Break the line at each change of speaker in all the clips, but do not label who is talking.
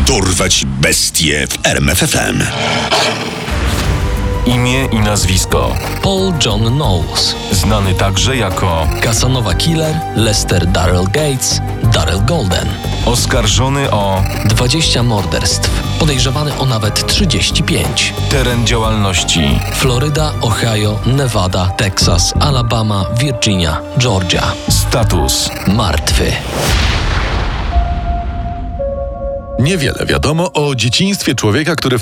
Dorwać bestie w RMF FM.
Imię i nazwisko:
Paul John Knowles,
znany także jako
Casanova Killer, Lester Darrell Gates, Darrell Golden.
oskarżony o
20 morderstw, podejrzewany o nawet 35.
teren działalności:
Floryda, Ohio, Nevada, Teksas, Alabama, Virginia, Georgia.
status.
Martwy.
Niewiele wiadomo o dzieciństwie człowieka, który w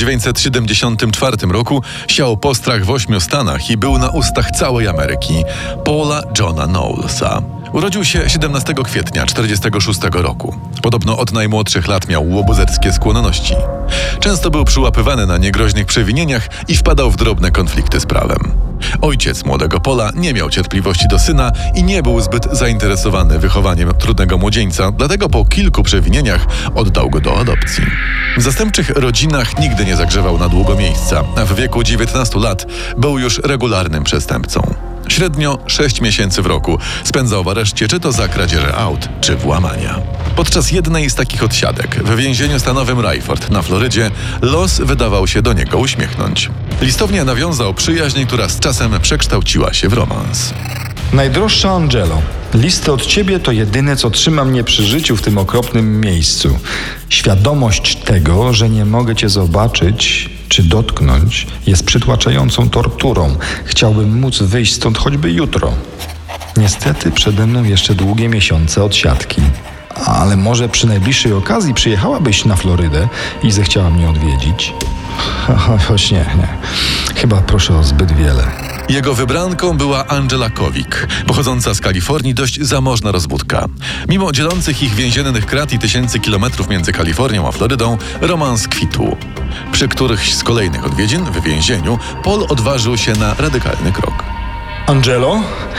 1974 roku siał postrach w 8 stanach i był na ustach całej Ameryki, Paula Johna Knowlesa. Urodził się 17 kwietnia 1946 roku. Podobno od najmłodszych lat miał łobuzerskie skłonności. Często był przyłapywany na niegroźnych przewinieniach i wpadał w drobne konflikty z prawem. Ojciec młodego Paula nie miał cierpliwości do syna i nie był zbyt zainteresowany wychowaniem trudnego młodzieńca, dlatego po kilku przewinieniach oddał go do adopcji. W zastępczych rodzinach nigdy nie zagrzewał na długo miejsca, a w wieku 19 lat był już regularnym przestępcą. Średnio 6 miesięcy w roku spędzał w areszcie, czy to za kradzieże aut, czy włamania. Podczas jednej z takich odsiadek w więzieniu stanowym Rayford na Florydzie los wydawał się do niego uśmiechnąć. Listownie nawiązał przyjaźń, która z czasem przekształciła się w romans.
Najdroższa Angelo, listy od ciebie to jedyne, co trzyma mnie przy życiu w tym okropnym miejscu. Świadomość tego, że nie mogę cię zobaczyć czy dotknąć, jest przytłaczającą torturą. Chciałbym móc wyjść stąd choćby jutro. Niestety przede mną jeszcze długie miesiące odsiadki. Ale może przy najbliższej okazji przyjechałabyś na Florydę i zechciała mnie odwiedzić? Choć nie. Chyba proszę o zbyt wiele.
Jego wybranką była Angela Kowik, pochodząca z Kalifornii, dość zamożna rozbudka. Mimo dzielących ich więziennych krat i tysięcy kilometrów między Kalifornią a Florydą, romans kwitł. Przy którychś z kolejnych odwiedzin w więzieniu Paul odważył się na radykalny krok.
Angelo,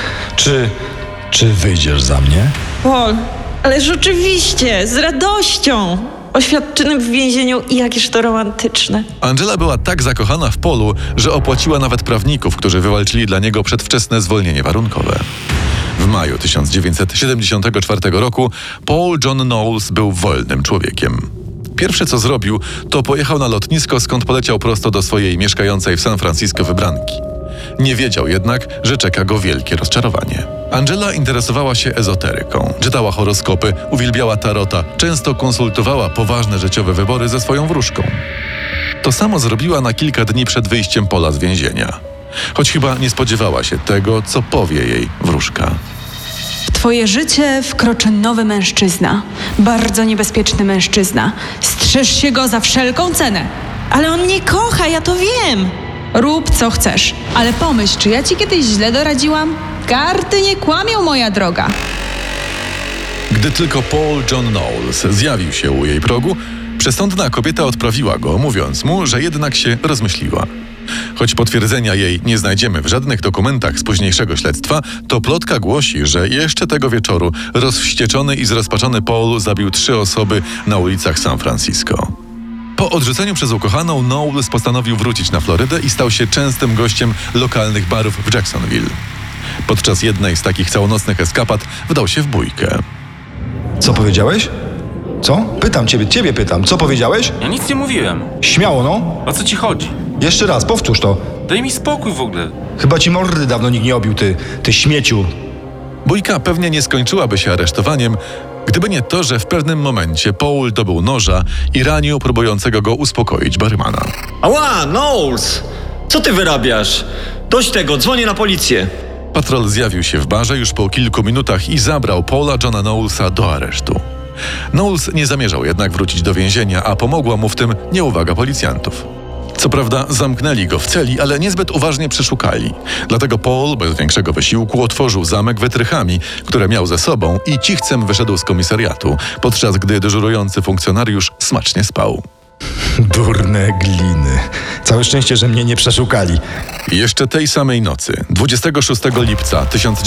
czy wyjdziesz za mnie?
Paul, ależ oczywiście, z radością. Oświadczyny w więzieniu i jakież to romantyczne.
Angela była tak zakochana w Paulu, że opłaciła nawet prawników, którzy wywalczyli dla niego przedwczesne zwolnienie warunkowe. W maju 1974 roku Paul John Knowles był wolnym człowiekiem. Pierwsze co zrobił, to pojechał na lotnisko, skąd poleciał prosto do swojej mieszkającej w San Francisco wybranki. Nie wiedział jednak, że czeka go wielkie rozczarowanie. Angela interesowała się ezoteryką, czytała horoskopy, uwielbiała tarota, często konsultowała poważne życiowe wybory ze swoją wróżką. To samo zrobiła na kilka dni przed wyjściem Paula z więzienia. Choć chyba nie spodziewała się tego, co powie jej wróżka.
W twoje życie wkroczy nowy mężczyzna. Bardzo niebezpieczny mężczyzna. Strzeż się go za wszelką cenę.
Ale on mnie kocha, ja to wiem.
Rób co chcesz, ale pomyśl, czy ja ci kiedyś źle doradziłam? Karty nie kłamią, moja droga.
Gdy tylko Paul John Knowles zjawił się u jej progu, przestępna kobieta odprawiła go, mówiąc mu, że jednak się rozmyśliła. Choć potwierdzenia jej nie znajdziemy w żadnych dokumentach z późniejszego śledztwa, to plotka głosi, że jeszcze tego wieczoru rozwścieczony i zrozpaczony Paul zabił 3 osoby na ulicach San Francisco. Po odrzuceniu przez ukochaną, Knowles postanowił wrócić na Florydę i stał się częstym gościem lokalnych barów w Jacksonville. Podczas jednej z takich całonocnych eskapad wdał się w bójkę.
Co powiedziałeś? Co? Pytam ciebie pytam. Co powiedziałeś?
Ja nic nie mówiłem.
Śmiało, no.
O co ci chodzi?
Jeszcze raz, powtórz to.
Daj mi spokój w ogóle.
Chyba ci mordy dawno nikt nie obił, ty śmieciu.
Bójka pewnie nie skończyłaby się aresztowaniem, gdyby nie to, że w pewnym momencie Paul dobył noża i ranił próbującego go uspokoić barmana.
Ała, Knowles! Co ty wyrabiasz? Dość tego, dzwonię na policję.
Patrol zjawił się w barze już po kilku minutach i zabrał Paula Johna Knowlesa do aresztu. Knowles nie zamierzał jednak wrócić do więzienia, a pomogła mu w tym nieuwaga policjantów. Co prawda zamknęli go w celi, ale niezbyt uważnie przeszukali. Dlatego Paul bez większego wysiłku otworzył zamek wytrychami, które miał ze sobą i cichcem wyszedł z komisariatu, podczas gdy dyżurujący funkcjonariusz smacznie spał.
Durne gliny. Całe szczęście, że mnie nie przeszukali.
Jeszcze tej samej nocy, 26 lipca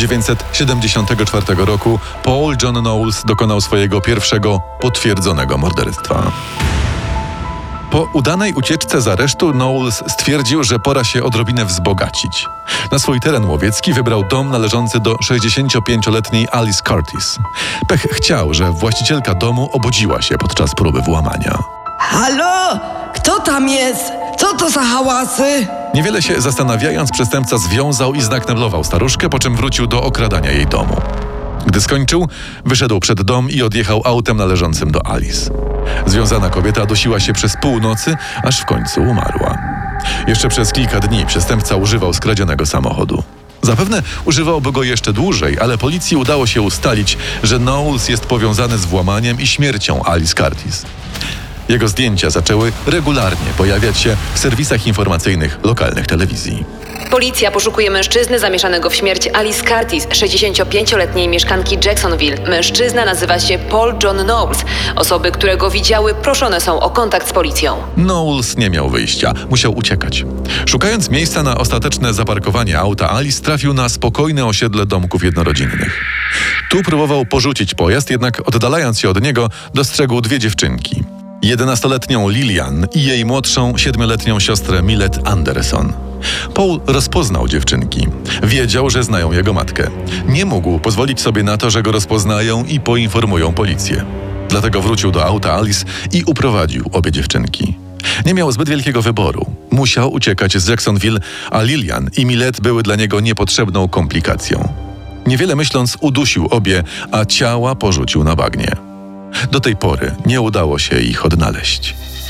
1974 roku, Paul John Knowles dokonał swojego pierwszego potwierdzonego morderstwa. Po udanej ucieczce z aresztu Knowles stwierdził, że pora się odrobinę wzbogacić. Na swój teren łowiecki wybrał dom należący do 65-letniej Alice Curtis. Pech chciał, że właścicielka domu obudziła się podczas próby włamania.
Halo? Kto tam jest? Co to za hałasy?
Niewiele się zastanawiając, przestępca związał i znakneblował staruszkę, po czym wrócił do okradania jej domu. Gdy skończył, wyszedł przed dom i odjechał autem należącym do Alice. Związana kobieta dusiła się przez północy, aż w końcu umarła. Jeszcze przez kilka dni przestępca używał skradzionego samochodu. Zapewne używałby go jeszcze dłużej, ale policji udało się ustalić, że Knowles jest powiązany z włamaniem i śmiercią Alice Curtis. Jego zdjęcia zaczęły regularnie pojawiać się w serwisach informacyjnych lokalnych telewizji.
Policja poszukuje mężczyzny zamieszanego w śmierć Alice Curtis, 65-letniej mieszkanki Jacksonville. Mężczyzna nazywa się Paul John Knowles. Osoby, które go widziały, proszone są o kontakt z policją.
Knowles nie miał wyjścia. Musiał uciekać. Szukając miejsca na ostateczne zaparkowanie auta, Alice trafił na spokojne osiedle domków jednorodzinnych. Tu próbował porzucić pojazd, jednak oddalając się od niego, dostrzegł dwie dziewczynki. 11-letnią Lillian i jej młodszą 7-letnią siostrę Millet Anderson. Paul rozpoznał dziewczynki. Wiedział, że znają jego matkę. Nie mógł pozwolić sobie na to, że go rozpoznają i poinformują policję. Dlatego wrócił do auta Alice i uprowadził obie dziewczynki. Nie miał zbyt wielkiego wyboru. Musiał uciekać z Jacksonville, a Lillian i Millet były dla niego niepotrzebną komplikacją. Niewiele myśląc, udusił obie, a ciała porzucił na bagnie. Do tej pory nie udało się ich odnaleźć.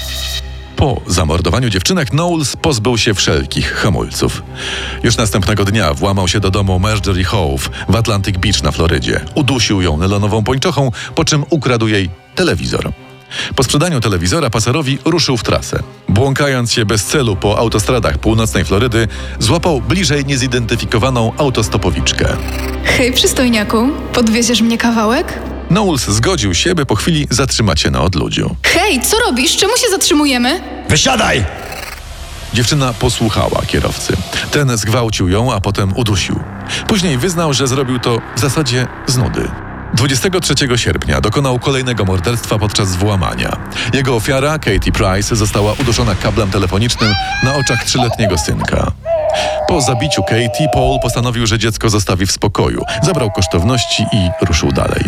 Po zamordowaniu dziewczynek Knowles pozbył się wszelkich hamulców. Już następnego dnia włamał się do domu Marjorie Howe w Atlantic Beach na Florydzie. Udusił ją nylonową pończochą, po czym ukradł jej telewizor. Po sprzedaniu telewizora paserowi ruszył w trasę. Błąkając się bez celu po autostradach północnej Florydy, złapał bliżej niezidentyfikowaną autostopowiczkę.
Hej, przystojniaku, podwieziesz mnie kawałek?
Knowles zgodził się, by po chwili zatrzymać się na odludziu.
Hej, co robisz? Czemu się zatrzymujemy?
Wysiadaj!
Dziewczyna posłuchała kierowcy. Ten zgwałcił ją, a potem udusił. Później wyznał, że zrobił to w zasadzie z nudy. 23 sierpnia dokonał kolejnego morderstwa podczas włamania. Jego ofiara, Katie Price, została uduszona kablem telefonicznym na oczach 3-letniego synka. Po zabiciu Katie, Paul postanowił, że dziecko zostawi w spokoju. Zabrał kosztowności i ruszył dalej.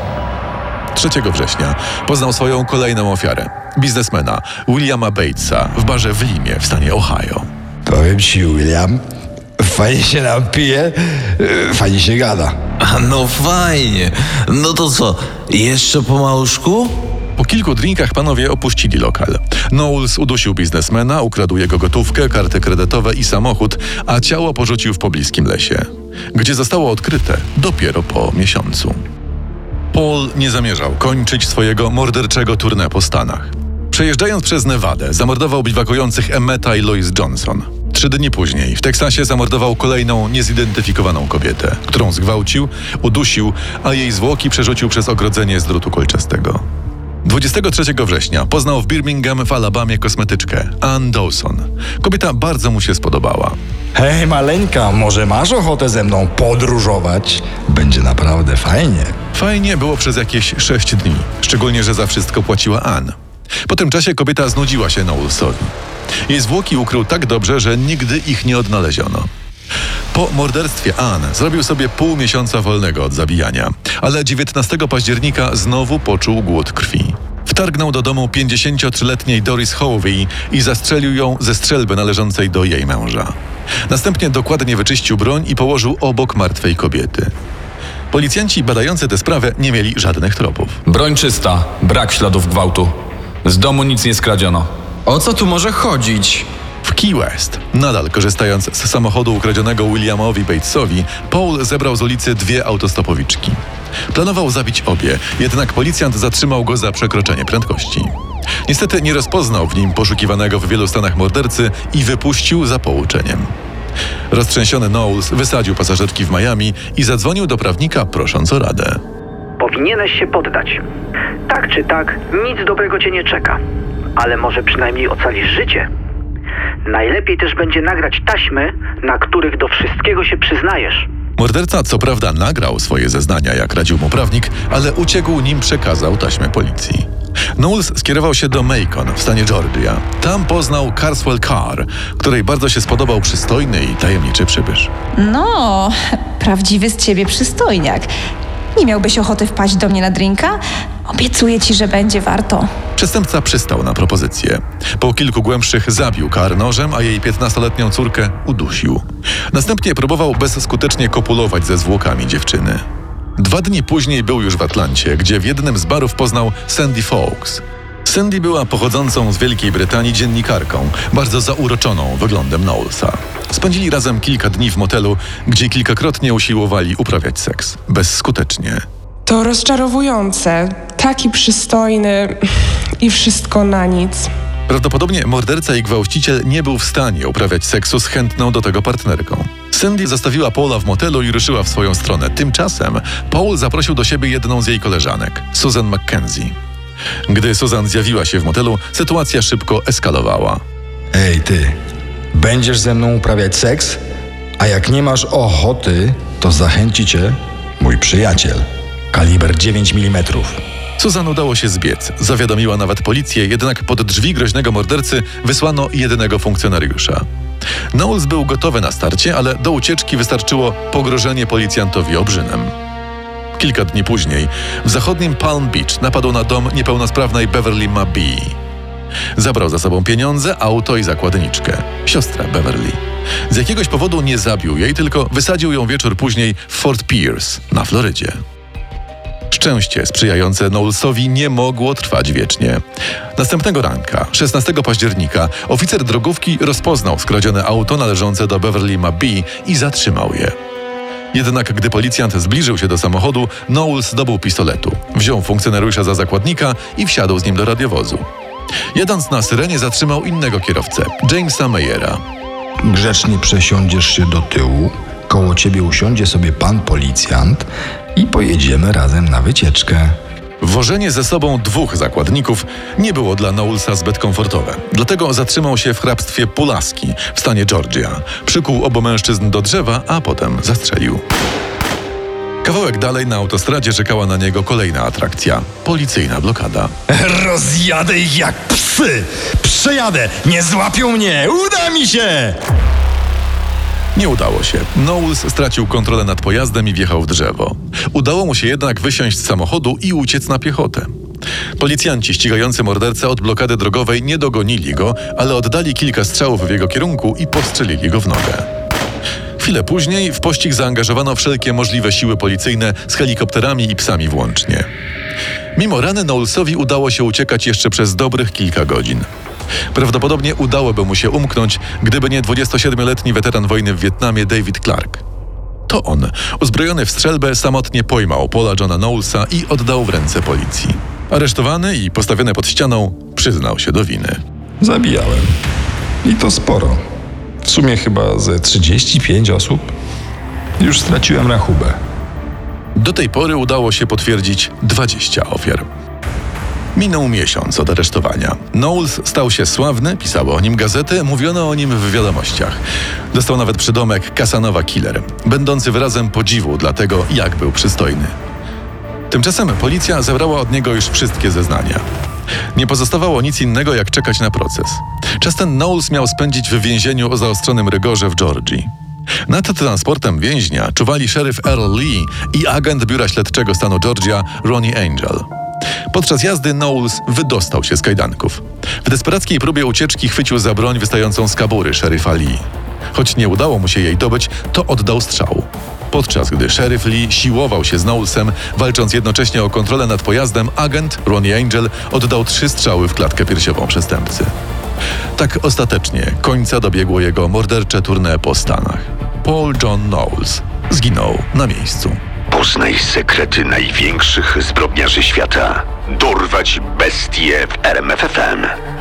3 września poznał swoją kolejną ofiarę, biznesmena Williama Batesa w barze w Limie w stanie Ohio.
Powiem ci, William, fajnie się nam pije, fajnie się gada.
No fajnie. No to co, jeszcze po maluszku?
Po kilku drinkach panowie opuścili lokal. Knowles udusił biznesmena, ukradł jego gotówkę, karty kredytowe i samochód, a ciało porzucił w pobliskim lesie, gdzie zostało odkryte dopiero po miesiącu. Paul nie zamierzał kończyć swojego morderczego tournée po Stanach. Przejeżdżając przez Nevadę, zamordował biwakujących Emmeta i Lois Johnson. 3 dni później w Teksasie zamordował kolejną niezidentyfikowaną kobietę, którą zgwałcił, udusił, a jej zwłoki przerzucił przez ogrodzenie z drutu kolczastego. 23 września poznał w Birmingham w Alabamie kosmetyczkę Ann Dawson. Kobieta bardzo mu się spodobała.
Hej, maleńka, może masz ochotę ze mną podróżować? Będzie naprawdę fajnie.
Fajnie było przez jakieś 6 dni, szczególnie, że za wszystko płaciła Ann. Po tym czasie kobieta znudziła się Knowlesowi. Jej zwłoki ukrył tak dobrze, że nigdy ich nie odnaleziono. Po morderstwie Ann zrobił sobie pół miesiąca wolnego od zabijania, ale 19 października znowu poczuł głód krwi. Wtargnął do domu 53-letniej Doris Howe i zastrzelił ją ze strzelby należącej do jej męża. Następnie dokładnie wyczyścił broń i położył obok martwej kobiety. Policjanci badający tę sprawę nie mieli żadnych tropów.
Broń czysta, brak śladów gwałtu. Z domu nic nie skradziono.
O co tu może chodzić?
W Key West, nadal korzystając z samochodu ukradzionego Williamowi Batesowi, Paul zebrał z ulicy 2 autostopowiczki. Planował zabić obie, jednak policjant zatrzymał go za przekroczenie prędkości. Niestety nie rozpoznał w nim poszukiwanego w wielu stanach mordercy i wypuścił za pouczeniem. Roztrzęsiony Knowles wysadził pasażerki w Miami i zadzwonił do prawnika, prosząc o radę.
Powinieneś się poddać. Tak czy tak, nic dobrego cię nie czeka. Ale może przynajmniej ocalisz życie. Najlepiej też będzie nagrać taśmy, na których do wszystkiego się przyznajesz.
Morderca co prawda nagrał swoje zeznania, jak radził mu prawnik, ale uciekł, nim przekazał taśmę policji. Knowles skierował się do Macon w stanie Georgia. Tam poznał Carswell Carr, której bardzo się spodobał przystojny i tajemniczy przybysz.
No, prawdziwy z ciebie przystojniak. Nie miałbyś ochoty wpaść do mnie na drinka? Obiecuję ci, że będzie warto.
Przestępca przystał na propozycję. Po kilku głębszych zabił Carr nożem, a jej 15-letnią córkę udusił. Następnie próbował bezskutecznie kopulować ze zwłokami dziewczyny. 2 dni później był już w Atlancie, gdzie w jednym z barów poznał Sandy Fawkes. Sandy była pochodzącą z Wielkiej Brytanii dziennikarką, bardzo zauroczoną wyglądem Knowlesa. Spędzili razem kilka dni w motelu, gdzie kilkakrotnie usiłowali uprawiać seks. Bezskutecznie.
To rozczarowujące. Taki przystojny i wszystko na nic.
Prawdopodobnie morderca i gwałciciel nie był w stanie uprawiać seksu z chętną do tego partnerką. Sandy zostawiła Paula w motelu i ruszyła w swoją stronę. Tymczasem Paul zaprosił do siebie jedną z jej koleżanek, Susan McKenzie. Gdy Susan zjawiła się w motelu, sytuacja szybko eskalowała.
Ej ty, będziesz ze mną uprawiać seks? A jak nie masz ochoty, to zachęci cię mój przyjaciel. Kaliber 9 mm.
Susan udało się zbiec. Zawiadomiła nawet policję, jednak pod drzwi groźnego mordercy wysłano jedynego funkcjonariusza. Knowles był gotowy na starcie, ale do ucieczki wystarczyło pogrożenie policjantowi obrzynem. Kilka dni później w zachodnim Palm Beach napadł na dom niepełnosprawnej Beverly Mabee. Zabrał za sobą pieniądze, auto i zakładniczkę, siostrę Beverly. Z jakiegoś powodu nie zabił jej, tylko wysadził ją wieczór później w Fort Pierce na Florydzie. Szczęście sprzyjające Knowlesowi nie mogło trwać wiecznie. Następnego ranka, 16 października, oficer drogówki rozpoznał skradzione auto należące do Beverly Mabee i zatrzymał je. Jednak gdy policjant zbliżył się do samochodu, Knowles zdobył pistoletu, wziął funkcjonariusza za zakładnika i wsiadł z nim do radiowozu. Jadąc na syrenie zatrzymał innego kierowcę, Jamesa Mayera.
Grzecznie przesiądziesz się do tyłu, koło ciebie usiądzie sobie pan policjant i pojedziemy razem na wycieczkę.
Wożenie ze sobą 2 zakładników nie było dla Knowlesa zbyt komfortowe. Dlatego zatrzymał się w hrabstwie Pulaski w stanie Georgia. Przykuł obu mężczyzn do drzewa, a potem zastrzelił. Kawałek dalej na autostradzie czekała na niego kolejna atrakcja – policyjna blokada.
Rozjadę ich jak psy! Przejadę! Nie złapią mnie! Uda mi się!
Nie udało się. Knowles stracił kontrolę nad pojazdem i wjechał w drzewo. Udało mu się jednak wysiąść z samochodu i uciec na piechotę. Policjanci ścigający mordercę od blokady drogowej nie dogonili go, ale oddali kilka strzałów w jego kierunku i postrzelili go w nogę. Chwilę później w pościg zaangażowano wszelkie możliwe siły policyjne z helikopterami i psami włącznie. Mimo rany Knowlesowi udało się uciekać jeszcze przez dobrych kilka godzin. Prawdopodobnie udałoby mu się umknąć, gdyby nie 27-letni weteran wojny w Wietnamie David Clark. To on, uzbrojony w strzelbę, samotnie pojmał Paula Johna Knowlesa i oddał w ręce policji. Aresztowany i postawiony pod ścianą, przyznał się do winy.
Zabijałem. I to sporo. W sumie chyba ze 35 osób. Już straciłem rachubę.
Do tej pory udało się potwierdzić 20 ofiar. Minął miesiąc od aresztowania. Knowles stał się sławny, pisały o nim gazety, mówiono o nim w wiadomościach. Dostał nawet przydomek Casanova Killer, będący wyrazem podziwu dla tego, jak był przystojny. Tymczasem policja zebrała od niego już wszystkie zeznania. Nie pozostawało nic innego, jak czekać na proces. Czas ten Knowles miał spędzić w więzieniu o zaostrzonym rygorze w Georgii. Nad transportem więźnia czuwali szeryf Earl Lee i agent Biura Śledczego stanu Georgia Ronnie Angel. Podczas jazdy Knowles wydostał się z kajdanków. W desperackiej próbie ucieczki chwycił za broń wystającą z kabury szeryfa Lee. Choć nie udało mu się jej dobyć, to oddał strzał. Podczas gdy szeryf Lee siłował się z Knowlesem, walcząc jednocześnie o kontrolę nad pojazdem, agent Ronnie Angel oddał 3 strzały w klatkę piersiową przestępcy. Tak ostatecznie końca dobiegło jego mordercze tournée po Stanach. Paul John Knowles zginął na miejscu.
Poznaj sekrety największych zbrodniarzy świata. Dorwać bestie w RMF FM.